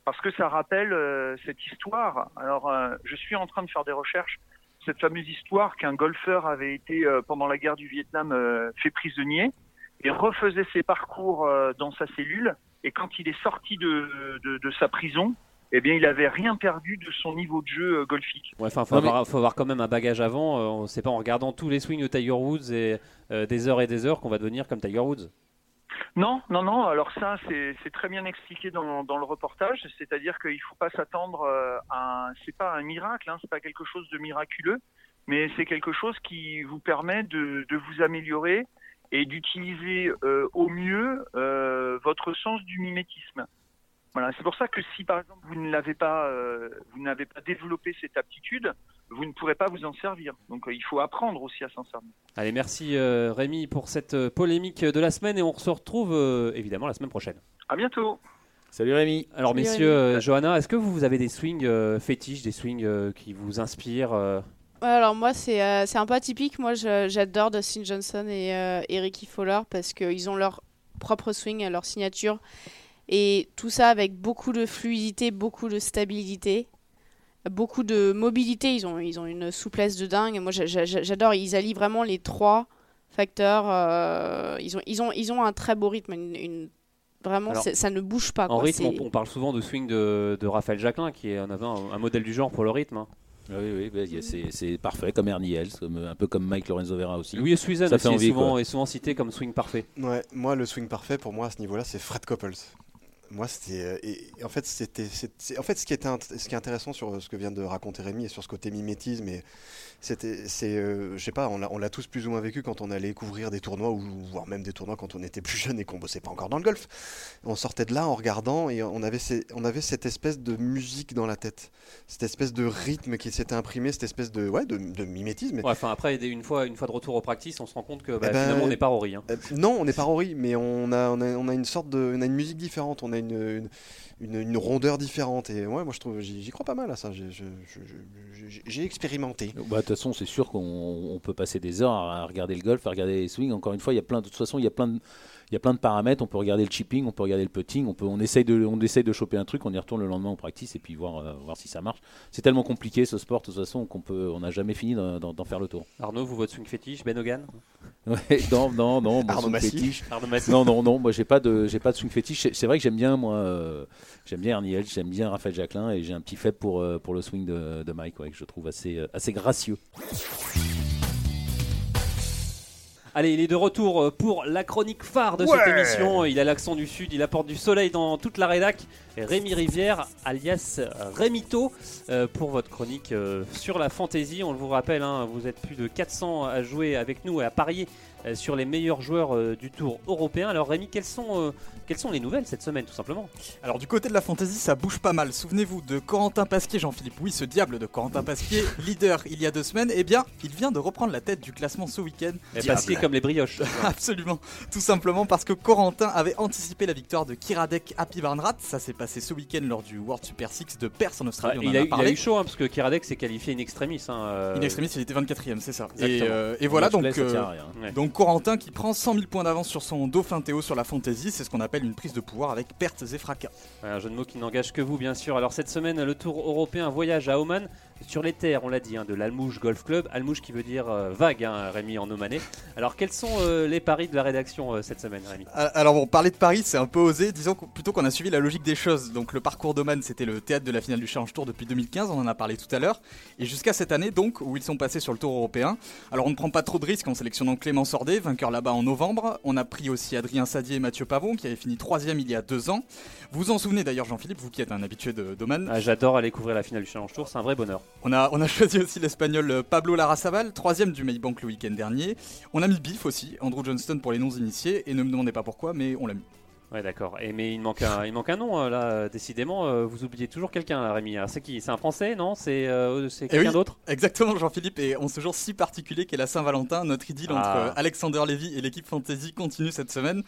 parce que ça rappelle cette histoire. Alors, je suis en train de faire des recherches. Cette fameuse histoire qu'un golfeur avait été, pendant la guerre du Vietnam, fait prisonnier et refaisait ses parcours dans sa cellule. Et quand il est sorti de sa prison, eh bien, il avait rien perdu de son niveau de jeu golfique. Ouais, faut avoir quand même un bagage avant. C'est pas en regardant tous les swings de Tiger Woods et des heures qu'on va devenir comme Tiger Woods. Non. Alors ça, c'est très bien expliqué dans le reportage. C'est-à-dire qu'il faut pas s'attendre c'est pas un miracle, c'est pas quelque chose de miraculeux, mais c'est quelque chose qui vous permet de vous améliorer et d'utiliser au mieux votre sens du mimétisme. Voilà, c'est pour ça que si par exemple vous n'avez pas développé cette aptitude, vous ne pourrez pas vous en servir. Donc il faut apprendre aussi à s'en servir. Allez, merci Rémi pour cette polémique de la semaine et on se retrouve évidemment la semaine prochaine. À bientôt. Salut Rémi. Alors Salut messieurs, Rémi. Johanna, est-ce que vous avez des swings fétiches, des swings qui vous inspirent Alors moi c'est un peu atypique. Moi j'adore Dustin Johnson et Ricky Fowler parce qu'ils ont leur propre swing, leur signature. Et tout ça avec beaucoup de fluidité, beaucoup de stabilité, beaucoup de mobilité. Ils ont une souplesse de dingue. Moi, j'adore. Ils allient vraiment les trois facteurs. Ils ont un très beau rythme. Vraiment, Alors, ça ne bouge pas. En quoi. rythme, on parle souvent de swing de Raphaël Jacquelin, qui est en avant un modèle du genre pour le rythme. Hein. Oui, c'est parfait, comme Ernie Els, un peu comme Mike Lorenzo Vera aussi. Louis Suizen Ça aussi fait envie, est souvent cité comme swing parfait. Ouais, moi le swing parfait pour moi à ce niveau-là c'est Fred Couples. Moi c'était en fait ce qui est intéressant sur ce que vient de raconter Rémi et sur ce côté mimétisme et je sais pas, on l'a tous plus ou moins vécu quand on allait couvrir des tournois ou voire même des tournois quand on était plus jeune et qu'on bossait pas encore dans le golf. On sortait de là en regardant et on avait cette espèce de musique dans la tête, cette espèce de rythme qui s'était imprimé, cette espèce de mimétisme. Ouais, enfin après une fois de retour au practice, on se rend compte que finalement on n'est pas Rory. Hein. Non, on n'est pas Rory, mais on a une musique différente, on a une rondeur différente et ouais, moi je trouve j'y crois pas mal à ça. J'ai expérimenté. De toute façon, c'est sûr qu'on peut passer des heures à regarder le golf, à regarder les swings. Encore une fois, de toute façon, il y a plein de paramètres. On peut regarder le chipping, on peut regarder le putting, on essaye de choper un truc, on y retourne le lendemain en practice et puis voir si ça marche. C'est tellement compliqué ce sport de toute façon on n'a jamais fini d'en faire le tour. Arnaud, vous votre swing fétiche, Ben Hogan? Ouais, non, mon Arnaud swing Massy. fétiche. Arnaud Massy. Non, moi j'ai pas de swing fétiche. C'est vrai que j'aime bien Ernie Els, j'aime bien Raphaël Jacquelin et j'ai un petit faible pour le swing de Mike, que je trouve assez gracieux. Allez, il est de retour pour la chronique phare de cette émission. Il a l'accent du Sud, il apporte du soleil dans toute la rédac. Rémi Rivière, alias Rémito, pour votre chronique sur la fantasy. On vous rappelle, vous êtes plus de 400 à jouer avec nous et à parier sur les meilleurs joueurs du Tour européen. Alors Rémi, quelles sont les nouvelles cette semaine tout simplement? Alors du côté de la fantasy, ça bouge pas mal. Souvenez-vous de Corentin Pasquier, Jean-Philippe. Oui, ce diable de Corentin Pasquier, leader il y a 2 semaines. Eh bien, il vient de reprendre la tête du classement ce week-end. Et Pasquier comme les brioches. Absolument, tout simplement parce que Corentin avait anticipé la victoire de Kiradek Happy Barnrat. Ça s'est passé ce week-end lors du World Super 6 de Perth en Australie. Il a eu chaud parce que Kiradek s'est qualifié in extremis. In extremis, il était 24ème, c'est ça. Et Voilà, donc Corentin qui prend 100 000 points d'avance sur son dauphin Théo sur la fantasy. C'est ce qu'on appelle une prise de pouvoir avec pertes et fracas. Un jeu de mots qui n'engage que vous, bien sûr. Alors cette semaine, le Tour européen voyage à Oman sur les terres, on l'a dit, de l'Almouche Golf Club. Almouche qui veut dire vague, Rémi en omanais. Alors quels sont les paris de la rédaction cette semaine, Rémi? Alors bon, parler de paris, c'est un peu osé. Disons plutôt qu'on a suivi la logique des choses. Donc le parcours d'Oman, c'était le théâtre de la finale du Challenge Tour depuis 2015, on en a parlé tout à l'heure. Et jusqu'à cette année, donc, où ils sont passés sur le Tour européen. Alors on ne prend pas trop de risques en sélectionnant Clément Sordet, vainqueur là-bas en novembre. On a pris aussi Adrien Sadier et Mathieu Pavon, qui avait fini 3ème il y a 2 ans. Vous vous en souvenez d'ailleurs, Jean-Philippe, vous qui êtes un habitué d'Oman. J'adore aller couvrir la finale du Challenge Tour, c'est un vrai bonheur. On a choisi aussi l'Espagnol Pablo Larrazabal, 3ème du Maybank le week-end dernier. On a mis Biff aussi, Andrew Johnston pour les non-initiés, et ne me demandez pas pourquoi, mais on l'a mis. Ouais, d'accord. Mais il manque un nom là, décidément. Vous oubliez toujours quelqu'un, là, Rémi. Alors, c'est qui? C'est un Français, non? C'est quelqu'un d'autre? Exactement, Jean-Philippe. Et en ce jour si particulier qu'est la Saint-Valentin, notre idylle entre Alexander Lévy et l'équipe Fantasy continue cette semaine.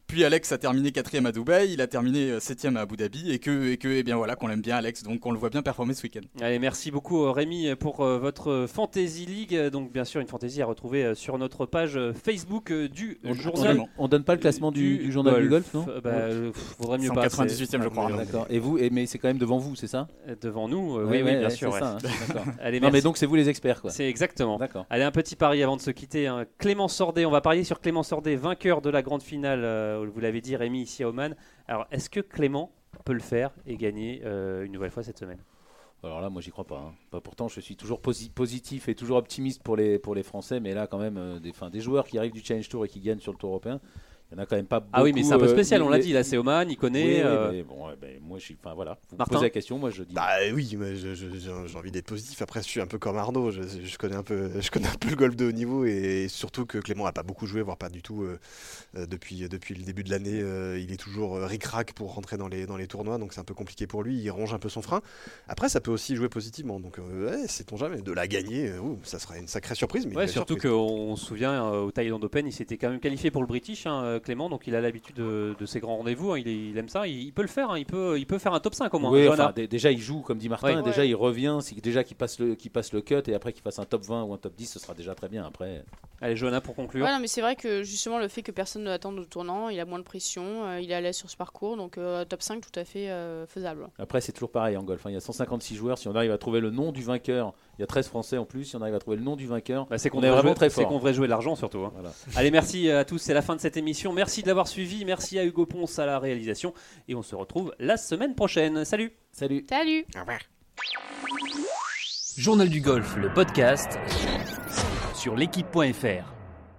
Puis Alex a terminé 4e à Dubaï, il a terminé 7e à Abu Dhabi, et bien voilà, qu'on l'aime bien Alex, donc on le voit bien performer ce week-end. Allez, merci beaucoup Rémi pour votre Fantasy League. Donc bien sûr une Fantasy à retrouver sur notre page Facebook du journal. On donne pas le classement du journal du golf, non? Vaudrait mieux pas. 98e, je crois. D'accord. Et vous, mais c'est quand même devant vous, c'est ça? Devant nous, oui, bien sûr. C'est ça, hein. D'accord. Allez, non, mais donc c'est vous les experts, quoi. C'est exactement. D'accord. Allez, un petit pari avant de se quitter. Hein. Clément Sordet, on va parier sur Clément Sordet, vainqueur de la grande finale. Vous l'avez dit, Rémi, ici à Oman. Alors, est-ce que Clément peut le faire et gagner une nouvelle fois cette semaine? Alors là, moi, j'y crois pas. Hein. Pourtant, je suis toujours positif et toujours optimiste pour les Français, mais là, quand même, des joueurs qui arrivent du Challenge Tour et qui gagnent sur le Tour européen, il n'y en a quand même pas beaucoup. Ah oui, mais c'est un peu spécial, on l'a dit, là, c'est Oman, il connaît. Oui, mais bon, moi, voilà. Vous me posez la question, moi, je dis. Bah oui, mais j'ai envie d'être positif. Après, je suis un peu comme Arnaud, je connais un peu le golf de haut niveau, et surtout que Clément n'a pas beaucoup joué, voire pas du tout depuis le début de l'année. Il est toujours ric-rac pour rentrer dans les tournois, donc c'est un peu compliqué pour lui. Il ronge un peu son frein. Après, ça peut aussi jouer positivement, donc sait-on jamais. De la gagner, ça serait une sacrée surprise. Mais surtout qu'on se souvient au Thailand Open, il s'était quand même qualifié pour le British. Clément, donc il a l'habitude de ces grands rendez-vous, hein, il aime ça, il peut le faire, hein, il peut faire un top 5 au moins. Oui, déjà il joue comme dit Martin, déjà il revient, déjà qu'il passe le cut et après qu'il fasse un top 20 ou un top 10, ce sera déjà très bien après. Allez Johanna pour conclure. Ouais, non, mais c'est vrai que justement le fait que personne ne l'attende au tournant, il a moins de pression, il est à l'aise sur ce parcours, donc top 5 tout à fait faisable. Après c'est toujours pareil en golf, hein. Il y a 156 joueurs, si on arrive à trouver le nom du vainqueur, il y a 13 Français en plus, si on arrive à trouver le nom du vainqueur, c'est qu'on est vraiment très fort. C'est qu'on devrait jouer l'argent surtout. Hein. Voilà. Allez, merci à tous, c'est la fin de cette émission, merci de l'avoir suivi, merci à Hugo Ponce à la réalisation et on se retrouve la semaine prochaine. Salut. Salut. Au revoir. Journal du golf, le podcast sur l'équipe.fr.